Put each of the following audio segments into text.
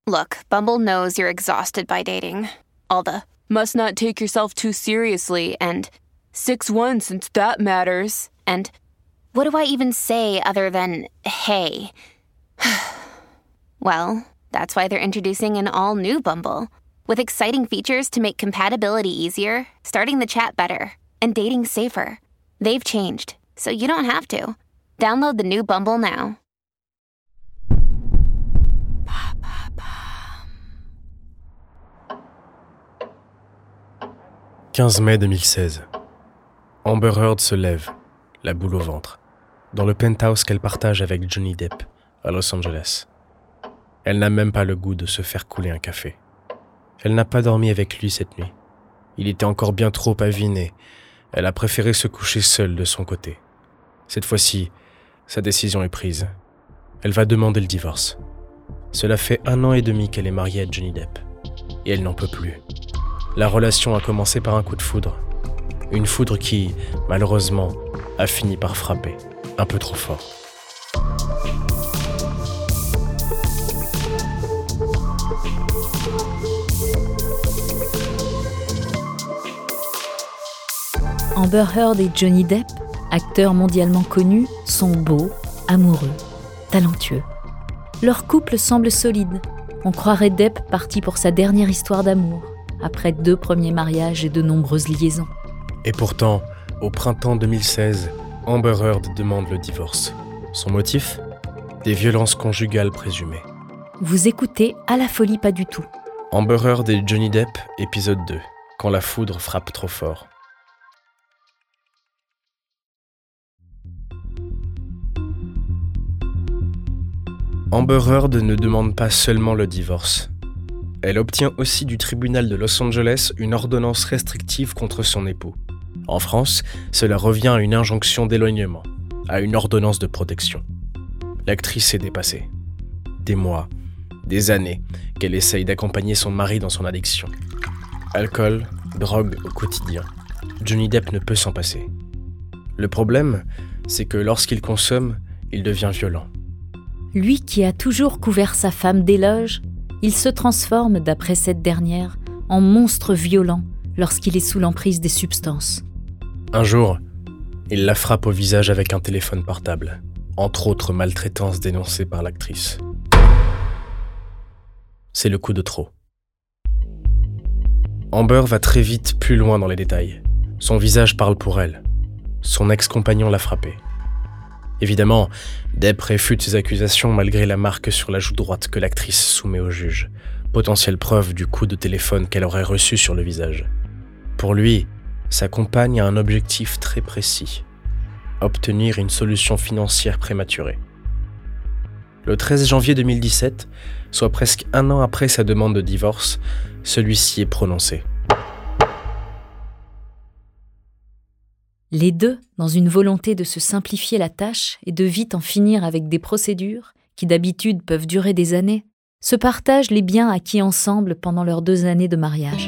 Look, Bumble knows you're exhausted by dating. All the, must not take yourself too seriously, and 6'1" since that matters. And what do I even say other than, hey? Well, that's why they're introducing an all-new Bumble, with exciting features to make compatibility easier, starting the chat better, and dating safer. They've changed, so you don't have to. Download the new Bumble now. 15 mai 2016. Amber Heard se lève, la boule au ventre, dans le penthouse qu'elle partage avec Johnny Depp à Los Angeles. Elle n'a même pas le goût de se faire couler un café. Elle n'a pas dormi avec lui cette nuit. Il était encore bien trop aviné. Elle a préféré se coucher seule de son côté. Cette fois-ci, sa décision est prise. Elle va demander le divorce. Cela fait 1 an et demi qu'elle est mariée à Johnny Depp. Et elle n'en peut plus. La relation a commencé par un coup de foudre. Une foudre qui, malheureusement, a fini par frapper. Un peu trop fort. Amber Heard et Johnny Depp, acteurs mondialement connus, sont beaux, amoureux, talentueux. Leur couple semble solide. On croirait Depp parti pour sa dernière histoire d'amour, après 2 premiers mariages et de nombreuses liaisons. Et pourtant, au printemps 2016, Amber Heard demande le divorce. Son motif ? Des violences conjugales présumées. Vous écoutez À la folie pas du tout. Amber Heard et Johnny Depp, épisode 2. Quand la foudre frappe trop fort. Amber Heard ne demande pas seulement le divorce. Elle obtient aussi du tribunal de Los Angeles une ordonnance restrictive contre son époux. En France, cela revient à une injonction d'éloignement, à une ordonnance de protection. L'actrice est dépassée. Des mois, des années, qu'elle essaye d'accompagner son mari dans son addiction. Alcool, drogue au quotidien. Johnny Depp ne peut s'en passer. Le problème, c'est que lorsqu'il consomme, il devient violent. Lui qui a toujours couvert sa femme d'éloges, il se transforme, d'après cette dernière, en monstre violent lorsqu'il est sous l'emprise des substances. Un jour, il la frappe au visage avec un téléphone portable, entre autres maltraitances dénoncées par l'actrice. C'est le coup de trop. Amber va très vite plus loin dans les détails. Son visage parle pour elle. Son ex-compagnon l'a frappée. Évidemment, Depp réfute ces accusations malgré la marque sur la joue droite que l'actrice soumet au juge, potentielle preuve du coup de téléphone qu'elle aurait reçu sur le visage. Pour lui, sa compagne a un objectif très précis, obtenir une solution financière prématurée. Le 13 janvier 2017, soit presque 1 an après sa demande de divorce, celui-ci est prononcé. Les deux, dans une volonté de se simplifier la tâche et de vite en finir avec des procédures qui d'habitude peuvent durer des années, se partagent les biens acquis ensemble pendant leurs 2 années de mariage.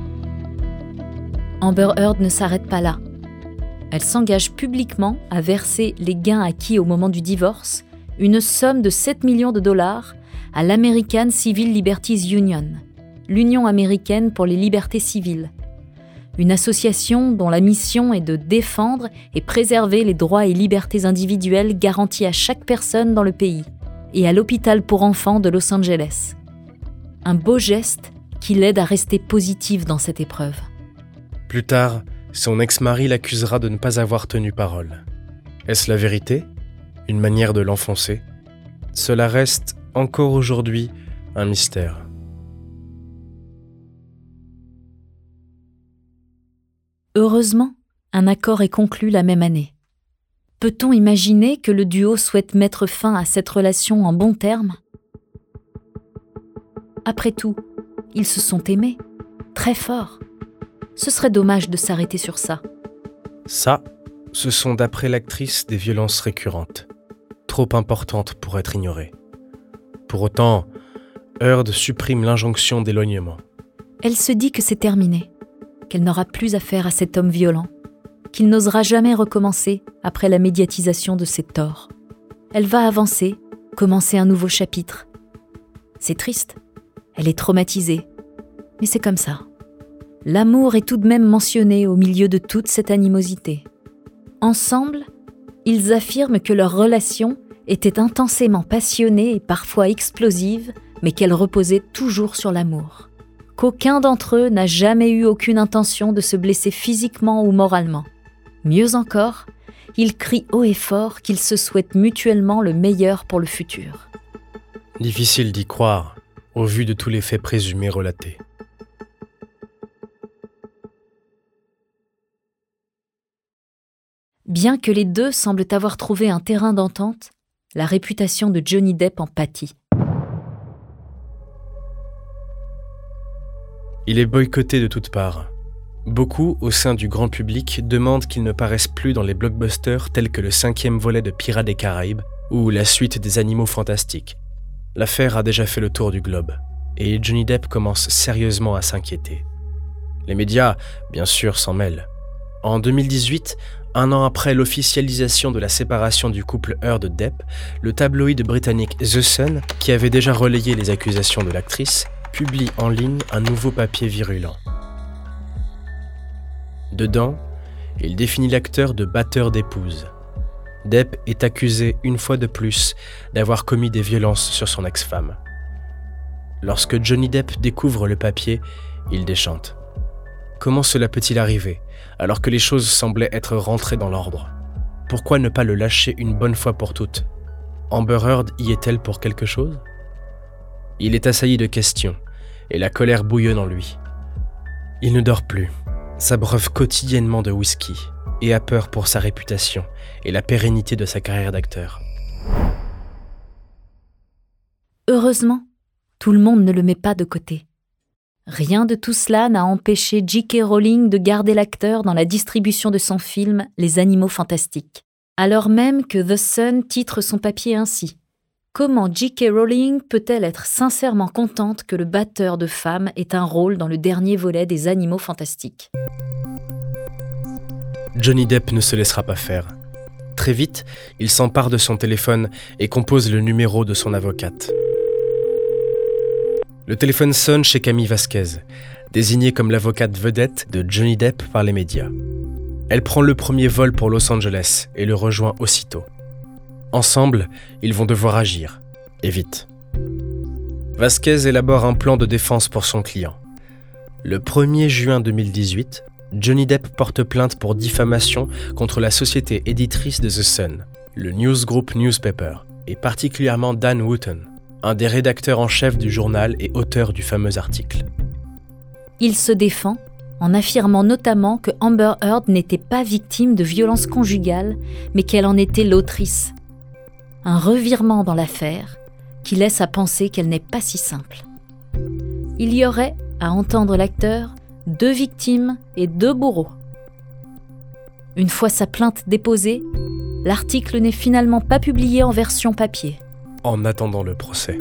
Amber Heard ne s'arrête pas là. Elle s'engage publiquement à verser les gains acquis au moment du divorce, une somme de 7 millions de dollars à l'American Civil Liberties Union, l'Union américaine pour les libertés civiles, une association dont la mission est de défendre et préserver les droits et libertés individuelles garantis à chaque personne dans le pays, et à l'hôpital pour enfants de Los Angeles. Un beau geste qui l'aide à rester positive dans cette épreuve. Plus tard, son ex-mari l'accusera de ne pas avoir tenu parole. Est-ce la vérité ? Une manière de l'enfoncer ? Cela reste, encore aujourd'hui, un mystère. Heureusement, un accord est conclu la même année. Peut-on imaginer que le duo souhaite mettre fin à cette relation en bons termes ? Après tout, ils se sont aimés, très fort. Ce serait dommage de s'arrêter sur ça. Ça, ce sont d'après l'actrice des violences récurrentes, trop importantes pour être ignorées. Pour autant, Heard supprime l'injonction d'éloignement. Elle se dit que c'est terminé, qu'elle n'aura plus affaire à cet homme violent, qu'il n'osera jamais recommencer après la médiatisation de ses torts. Elle va avancer, commencer un nouveau chapitre. C'est triste, Elle est traumatisée. Mais c'est comme ça. L'amour est tout de même mentionné au milieu de toute cette animosité. Ensemble, ils affirment que leur relation était intensément passionnée et parfois explosive, mais qu'elle reposait toujours sur l'amour. Qu'aucun d'entre eux n'a jamais eu aucune intention de se blesser physiquement ou moralement. Mieux encore, ils crient haut et fort qu'ils se souhaitent mutuellement le meilleur pour le futur. Difficile d'y croire, au vu de tous les faits présumés relatés. Bien que les deux semblent avoir trouvé un terrain d'entente, la réputation de Johnny Depp en pâtit. Il est boycotté de toutes parts. Beaucoup, au sein du grand public, demandent qu'il ne paraisse plus dans les blockbusters tels que le 5e volet de Pirates des Caraïbes ou la suite des Animaux Fantastiques. L'affaire a déjà fait le tour du globe, et Johnny Depp commence sérieusement à s'inquiéter. Les médias, bien sûr, s'en mêlent. En 2018, un an après l'officialisation de la séparation du couple Heard-Depp, le tabloïd britannique The Sun, qui avait déjà relayé les accusations de l'actrice, publie en ligne un nouveau papier virulent. Dedans, il définit l'acteur de batteur d'épouses. Depp est accusé une fois de plus d'avoir commis des violences sur son ex-femme. Lorsque Johnny Depp découvre le papier, il déchante. Comment cela peut-il arriver, alors que les choses semblaient être rentrées dans l'ordre? Pourquoi ne pas le lâcher une bonne fois pour toutes? Amber Heard y est-elle pour quelque chose? Il est assailli de questions, et la colère bouillonne en lui. Il ne dort plus, s'abreuve quotidiennement de whisky, et a peur pour sa réputation et la pérennité de sa carrière d'acteur. Heureusement, tout le monde ne le met pas de côté. Rien de tout cela n'a empêché J.K. Rowling de garder l'acteur dans la distribution de son film Les Animaux Fantastiques. Alors même que The Sun titre son papier ainsi. Comment J.K. Rowling peut-elle être sincèrement contente que le batteur de femmes ait un rôle dans le dernier volet des Animaux Fantastiques? Johnny Depp ne se laissera pas faire. Très vite, il s'empare de son téléphone et compose le numéro de son avocate. Le téléphone sonne chez Camille Vasquez, désignée comme l'avocate vedette de Johnny Depp par les médias. Elle prend le premier vol pour Los Angeles et le rejoint aussitôt. Ensemble, ils vont devoir agir, et vite. Vasquez élabore un plan de défense pour son client. Le 1er juin 2018, Johnny Depp porte plainte pour diffamation contre la société éditrice de The Sun, le Newsgroup Newspaper, et particulièrement Dan Wootton, un des rédacteurs en chef du journal et auteur du fameux article. Il se défend en affirmant notamment que Amber Heard n'était pas victime de violences conjugales, mais qu'elle en était l'autrice. Un revirement dans l'affaire qui laisse à penser qu'elle n'est pas si simple. Il y aurait, à entendre l'acteur, 2 victimes et 2 bourreaux. Une fois sa plainte déposée, l'article n'est finalement pas publié en version papier. En attendant le procès.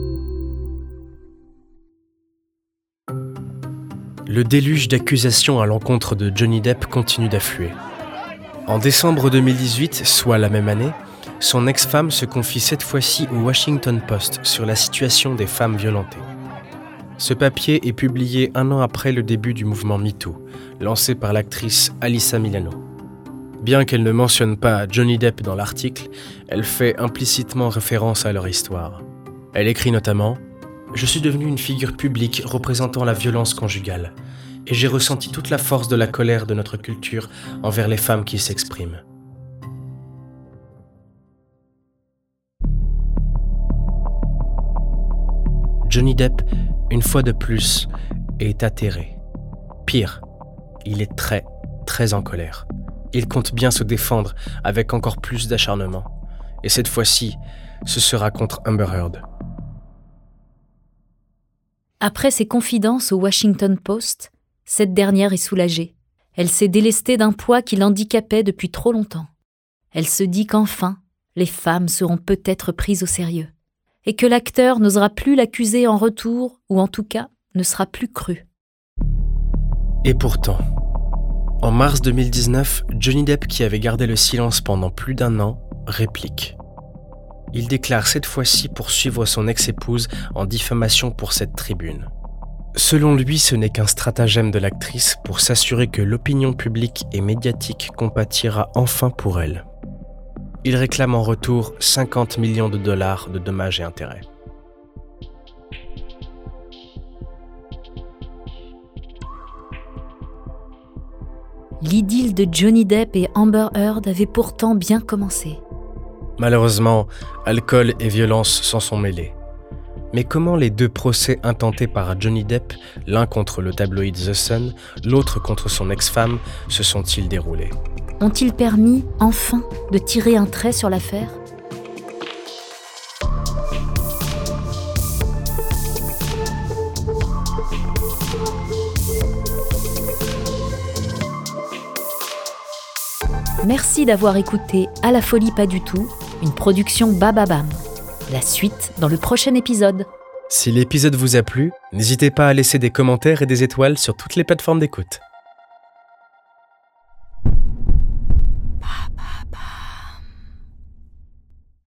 Le déluge d'accusations à l'encontre de Johnny Depp continue d'affluer. En décembre 2018, soit la même année, son ex-femme se confie cette fois-ci au Washington Post sur la situation des femmes violentées. Ce papier est publié 1 an après le début du mouvement MeToo, lancé par l'actrice Alyssa Milano. Bien qu'elle ne mentionne pas Johnny Depp dans l'article, elle fait implicitement référence à leur histoire. Elle écrit notamment « Je suis devenue une figure publique représentant la violence conjugale, et j'ai ressenti toute la force de la colère de notre culture envers les femmes qui s'expriment. » Johnny Depp, une fois de plus, est atterré. Pire, il est très, très en colère. Il compte bien se défendre avec encore plus d'acharnement. Et cette fois-ci, ce sera contre Amber Heard. Après ses confidences au Washington Post, cette dernière est soulagée. Elle s'est délestée d'un poids qui l'handicapait depuis trop longtemps. Elle se dit qu'enfin, les femmes seront peut-être prises au sérieux. Et que l'acteur n'osera plus l'accuser en retour, ou en tout cas, ne sera plus cru. Et pourtant, en mars 2019, Johnny Depp, qui avait gardé le silence pendant plus d'1 an, réplique. Il déclare cette fois-ci poursuivre son ex-épouse en diffamation pour cette tribune. Selon lui, ce n'est qu'un stratagème de l'actrice pour s'assurer que l'opinion publique et médiatique compatira enfin pour elle. Il réclame en retour 50 millions de dollars de dommages et intérêts. L'idylle de Johnny Depp et Amber Heard avait pourtant bien commencé. Malheureusement, alcool et violence s'en sont mêlés. Mais comment les deux procès intentés par Johnny Depp, l'un contre le tabloïd The Sun, l'autre contre son ex-femme, se sont-ils déroulés ? Ont-ils permis, enfin, de tirer un trait sur l'affaire ? Merci d'avoir écouté À la folie pas du tout, une production Bababam. La suite dans le prochain épisode. Si l'épisode vous a plu, n'hésitez pas à laisser des commentaires et des étoiles sur toutes les plateformes d'écoute.